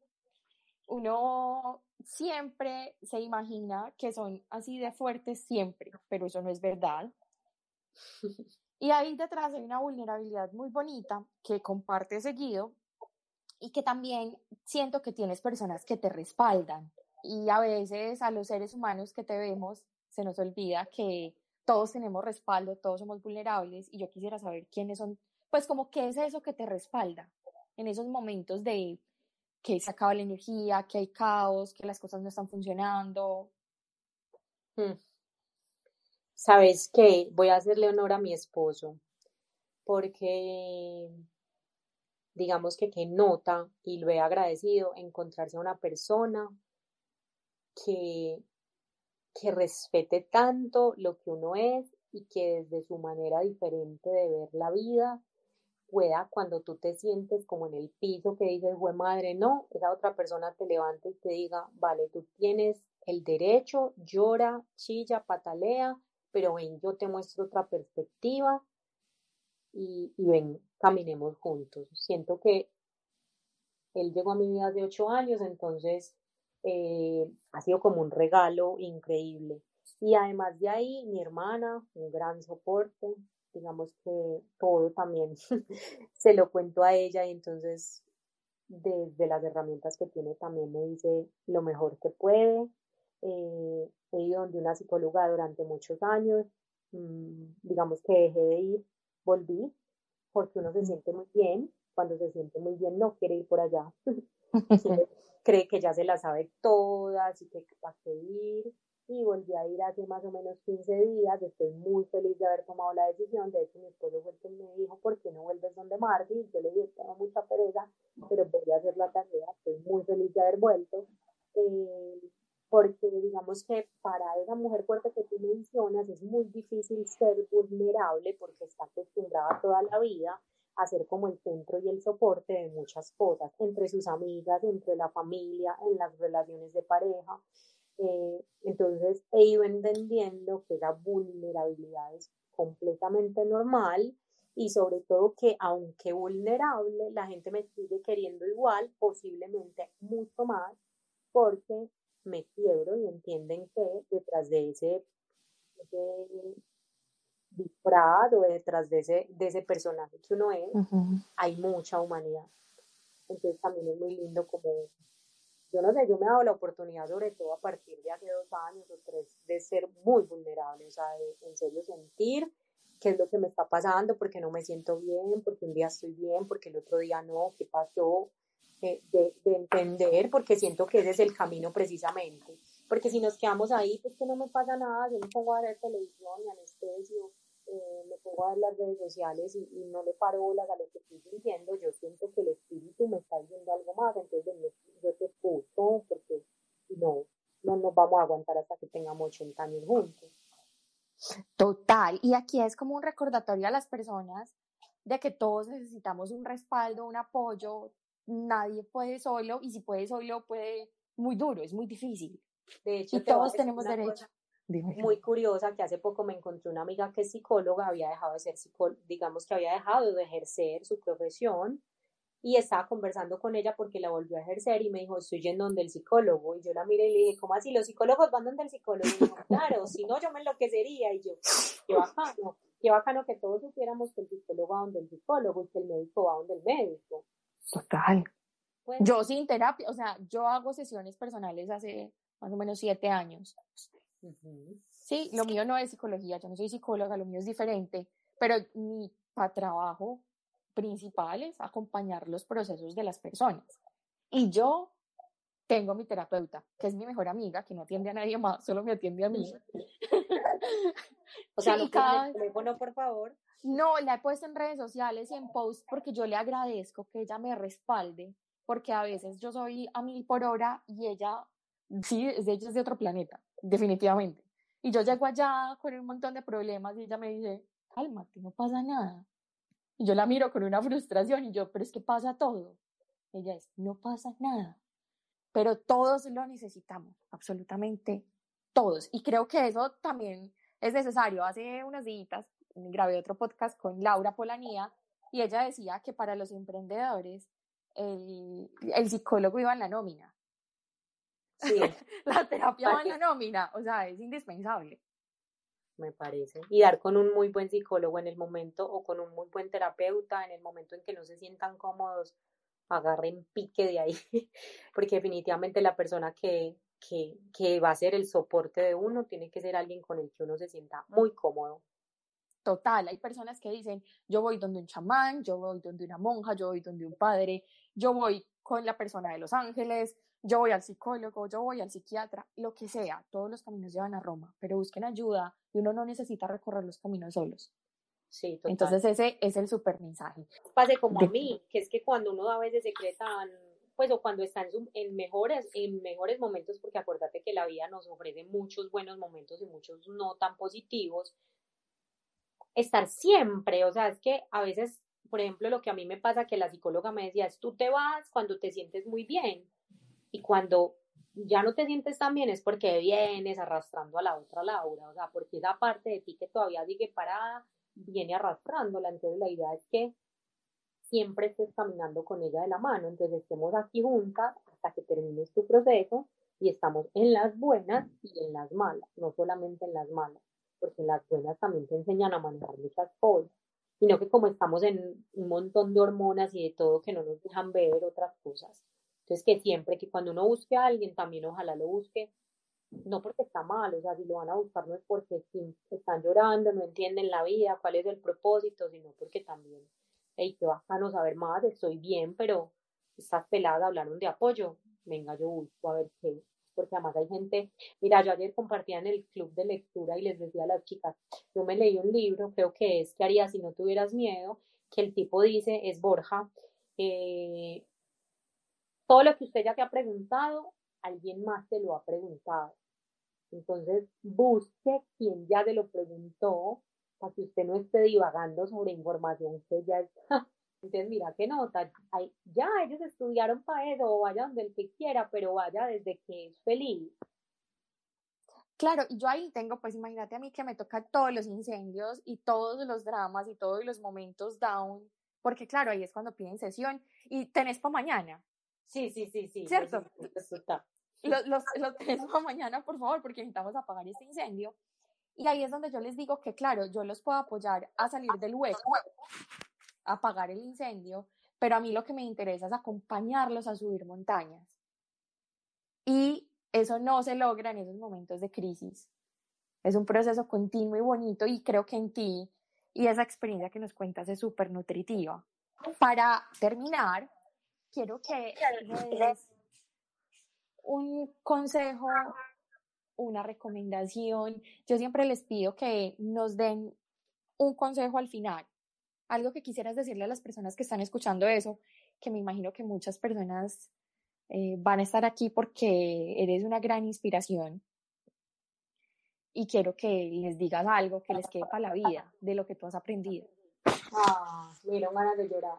uno siempre se imagina que son así de fuertes siempre, pero eso no es verdad. Y ahí detrás hay una vulnerabilidad muy bonita que compartes seguido y que también siento que tienes personas que te respaldan. Y a veces a los seres humanos que te vemos se nos olvida que todos tenemos respaldo, todos somos vulnerables y yo quisiera saber quiénes son, pues como qué es eso que te respalda en esos momentos de que se acaba la energía, que hay caos, que las cosas no están funcionando. Hmm. ¿Sabes qué? Voy a hacerle honor a mi esposo, porque digamos que que nota y lo he agradecido encontrarse a una persona que, que respete tanto lo que uno es y que desde su manera diferente de ver la vida pueda, cuando tú te sientes como en el piso que dices, güey madre, no, esa otra persona te levanta y te diga, vale, tú tienes el derecho, llora, chilla, patalea, pero ven, yo te muestro otra perspectiva y, y ven, caminemos juntos. Siento que él llegó a mi vida hace ocho años, entonces eh, ha sido como un regalo increíble. Y además de ahí, mi hermana, un gran soporte, digamos que todo también se lo cuento a ella y entonces desde las herramientas que tiene también me dice lo mejor que puede. Eh, he ido donde una psicóloga durante muchos años, mmm, digamos que dejé de ir, volví, porque uno se siente muy bien, cuando se siente muy bien no quiere ir por allá, siempre cree que ya se las sabe todas y que para qué ir, y volví a ir hace más o menos quince días, estoy muy feliz de haber tomado la decisión, de hecho mi esposo fue el que me dijo, ¿por qué no vuelves donde Marty? Yo le dije, tengo mucha pereza, pero voy a hacer la tarea, estoy muy feliz de haber vuelto, eh, porque digamos que para esa mujer fuerte que tú mencionas es muy difícil ser vulnerable porque está acostumbrada toda la vida a ser como el centro y el soporte de muchas cosas, entre sus amigas, entre la familia, en las relaciones de pareja. Eh, entonces he ido entendiendo que esa vulnerabilidad es completamente normal y sobre todo que aunque vulnerable, la gente me sigue queriendo igual, posiblemente mucho más, porque me quiebro y entienden que detrás de ese, ese disfraz o detrás de ese, de ese personaje que uno es, Uh-huh. hay mucha humanidad. Entonces también es muy lindo como, yo no sé, yo me he dado la oportunidad, sobre todo a partir de hace dos años o tres, de ser muy vulnerable, o sea, de en serio sentir qué es lo que me está pasando, porque no me siento bien, porque un día estoy bien, porque el otro día no, qué pasó, eh, de, de entender, porque siento que ese es el camino precisamente. Porque si nos quedamos ahí, pues que no me pasa nada, yo me pongo a ver televisión y anestesio, eh, me pongo a ver las redes sociales y, y no le paro bolas a lo que estoy sintiendo, yo siento que el espíritu me está diciendo algo más, entonces yo, yo te escucho, porque no, no nos vamos a aguantar hasta que tengamos ochenta años juntos. Total, y aquí es como un recordatorio a las personas de que todos necesitamos un respaldo, un apoyo, nadie puede solo y si puede solo puede muy duro, es muy difícil De y hecho, te voy a todos decir tenemos una derecho. cosa Dímelo. muy curiosa, que hace poco me encontré una amiga que es psicóloga, había dejado de ser psicóloga, digamos que había dejado de ejercer su profesión y estaba conversando con ella porque la volvió a ejercer y me dijo, estoy yendo donde el psicólogo. Y yo la miré y le dije, ¿cómo así? ¿Los psicólogos van donde el psicólogo? Y me dijo, claro, si no yo me enloquecería. Y yo, qué bacano, qué bacano que todos supiéramos que el psicólogo va donde el psicólogo y que el médico va donde el médico. Total. Pues, Yo sin terapia, o sea, yo hago sesiones personales hace más o menos siete años. uh-huh. Sí, lo mío no es psicología, yo no soy psicóloga, lo mío es diferente, pero mi pa- trabajo principal es acompañar los procesos de las personas. Y yo tengo mi terapeuta, que es mi mejor amiga, que no atiende a nadie más, solo me atiende a mí. O Sí, sea, no y pones cada el teléfono, por favor. no, la he puesto en redes sociales y en posts porque yo le agradezco que ella me respalde, porque a veces yo soy a mil por hora y ella, sí, es de ella es de otro planeta, definitivamente. Y yo llego allá con un montón de problemas y ella me dice, cálmate, no pasa nada. Y yo la miro con una frustración y yo, pero es que pasa todo. Ella es, no pasa nada. Pero todos lo necesitamos, absolutamente todos. Y creo que eso también es necesario. Hace unos días grabé otro podcast con Laura Polanía y ella decía que para los emprendedores el, el psicólogo iba en la nómina, Sí, la terapia va en la parece, nómina, o sea, es indispensable. me parece. Y dar con un muy buen psicólogo en el momento o con un muy buen terapeuta en el momento en que no se sientan cómodos, agarren pique de ahí, porque definitivamente la persona que, que, que va a ser el soporte de uno tiene que ser alguien con el que uno se sienta muy cómodo. Total, hay personas que dicen, yo voy donde un chamán, yo voy donde una monja, yo voy donde un padre, yo voy con la persona de los ángeles, yo voy al psicólogo, yo voy al psiquiatra, lo que sea, todos los caminos llevan a Roma, pero busquen ayuda y uno no necesita recorrer los caminos solos. Sí, total. Entonces ese es el super mensaje. Pase como a De, mí, que es que cuando uno a veces se cree tan, pues o cuando está en, su- en mejores, en mejores momentos, porque acuérdate que la vida nos ofrece muchos buenos momentos y muchos no tan positivos, estar siempre, o sea, es que a veces, por ejemplo, lo que a mí me pasa, que la psicóloga me decía, es tú te vas cuando te sientes muy bien y cuando ya no te sientes tan bien es porque vienes arrastrando a la otra Laura, o sea, porque esa parte de ti que todavía sigue parada viene arrastrándola, entonces la idea es que siempre estés caminando con ella de la mano, entonces estemos aquí juntas hasta que termines tu proceso y estamos en las buenas y en las malas, no solamente en las malas, porque en las buenas también te enseñan a manejar muchas cosas, sino que como estamos en un montón de hormonas y de todo que no nos dejan ver otras cosas, entonces que siempre que cuando uno busque a alguien también ojalá lo busque, no porque está mal, o sea, si lo van a buscar no es porque sí, están llorando, no entienden la vida, cuál es el propósito, sino porque también, hey, qué bacano saber más, estoy bien, pero estas peladas hablaron de apoyo, venga, yo busco a ver qué, porque además hay gente, mira, yo ayer compartía en el club de lectura y les decía a las chicas, yo me leí un libro, creo que es ¿Qué harías si no tuvieras miedo? Que el tipo dice, es Borja, eh, todo lo que usted ya te ha preguntado, alguien más te lo ha preguntado. Entonces, busque quien ya te lo preguntó para que usted no esté divagando sobre información que ya está. Entonces, mira qué nota. Ay, ya ellos estudiaron para eso, o vaya donde el que quiera, pero vaya desde que es feliz. claro, y yo ahí tengo, pues imagínate a mí que me toca todos los incendios y todos los dramas y todos los momentos down, porque claro, ahí es cuando piden sesión y tenés para mañana, Sí, sí, sí, sí, los ¿cierto? incendios total. Los, los, los tenés para mañana, por favor, porque necesitamos apagar este incendio. Y ahí es donde yo les digo que, claro, yo los puedo apoyar a salir del hueco, a apagar el incendio, pero a mí lo que me interesa es acompañarlos a subir montañas. Y eso no se logra en esos momentos de crisis. Es un proceso continuo y bonito y creo que en ti y esa experiencia que nos cuentas es súper nutritiva. Para terminar, quiero que me des un consejo, una recomendación. Yo siempre les pido que nos den un consejo al final, algo que quisieras decirle a las personas que están escuchando eso, que me imagino que muchas personas eh, van a estar aquí porque eres una gran inspiración y quiero que les digas algo que les quede para la vida de lo que tú has aprendido. Ah, me dieron ganas de llorar.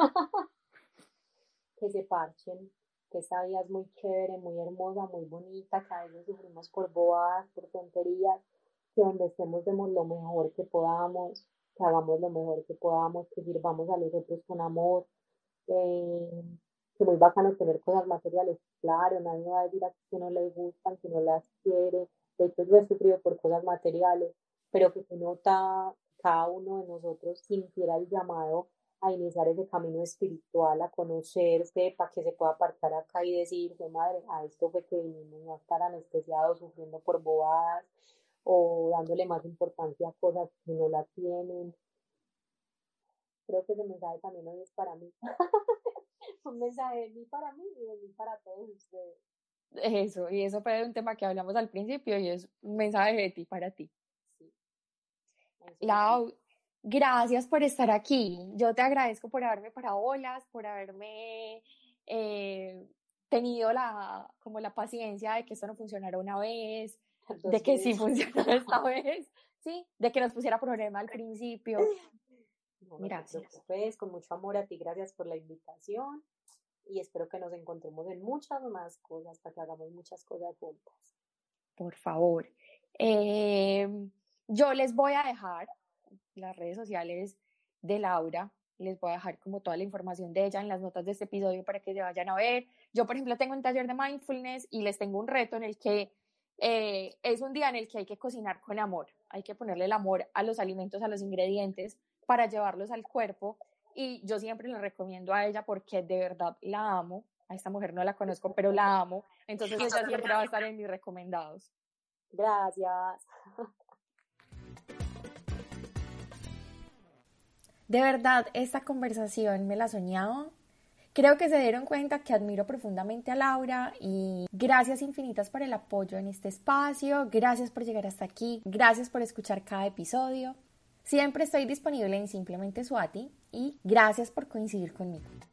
Que se parchen, que esta vida es muy chévere, muy hermosa, muy bonita, que a veces sufrimos por bobadas, por tonterías, que donde estemos demos lo mejor que podamos, que hagamos lo mejor que podamos, que sirvamos a los otros con amor, eh, que muy bacano tener cosas materiales, claro, nadie va a decir a que no les gustan, que no las quiere, de hecho yo he sufrido por cosas materiales, pero que se nota cada uno de nosotros sintiera el llamado a iniciar ese camino espiritual, a conocerse, para que se pueda apartar acá y decir, "Jue madre, a esto fue que vinimos, no a estar anestesiados, sufriendo por bobadas o dándole más importancia a cosas que no la tienen". Creo que ese mensaje también hoy es para mí. Un mensaje de mí para mí y de mí para todos ustedes. Eso, y eso fue un tema que hablamos al principio y es un mensaje de ti para ti. Sí. Eso Lau, sí. gracias por estar aquí. Yo te agradezco por haberme parado bolas, por haberme eh, tenido la, como la paciencia de que esto no funcionara una vez, Dos de que sí veces. funcionó esta vez, sí, de que nos pusiera problema al principio. No, no te Gracias. preocupes, con mucho amor a ti, gracias por la invitación y espero que nos encontremos en muchas más cosas para que hagamos muchas cosas juntas. Por favor. Eh, yo les voy a dejar las redes sociales de Laura, les voy a dejar como toda la información de ella en las notas de este episodio para que se vayan a ver. Yo, por ejemplo, tengo un taller de mindfulness y les tengo un reto en el que eh, es un día en el que hay que cocinar con amor, hay que ponerle el amor a los alimentos, a los ingredientes para llevarlos al cuerpo y yo siempre le recomiendo a ella porque de verdad la amo. A esta mujer no la conozco, pero la amo. Entonces ella siempre va a estar en mis recomendados. Gracias. De verdad, esta conversación me la soñaba. Creo que se dieron cuenta que admiro profundamente a Laura y gracias infinitas por el apoyo en este espacio, gracias por llegar hasta aquí, gracias por escuchar cada episodio. Siempre estoy disponible en Simplemente Swati y gracias por coincidir conmigo.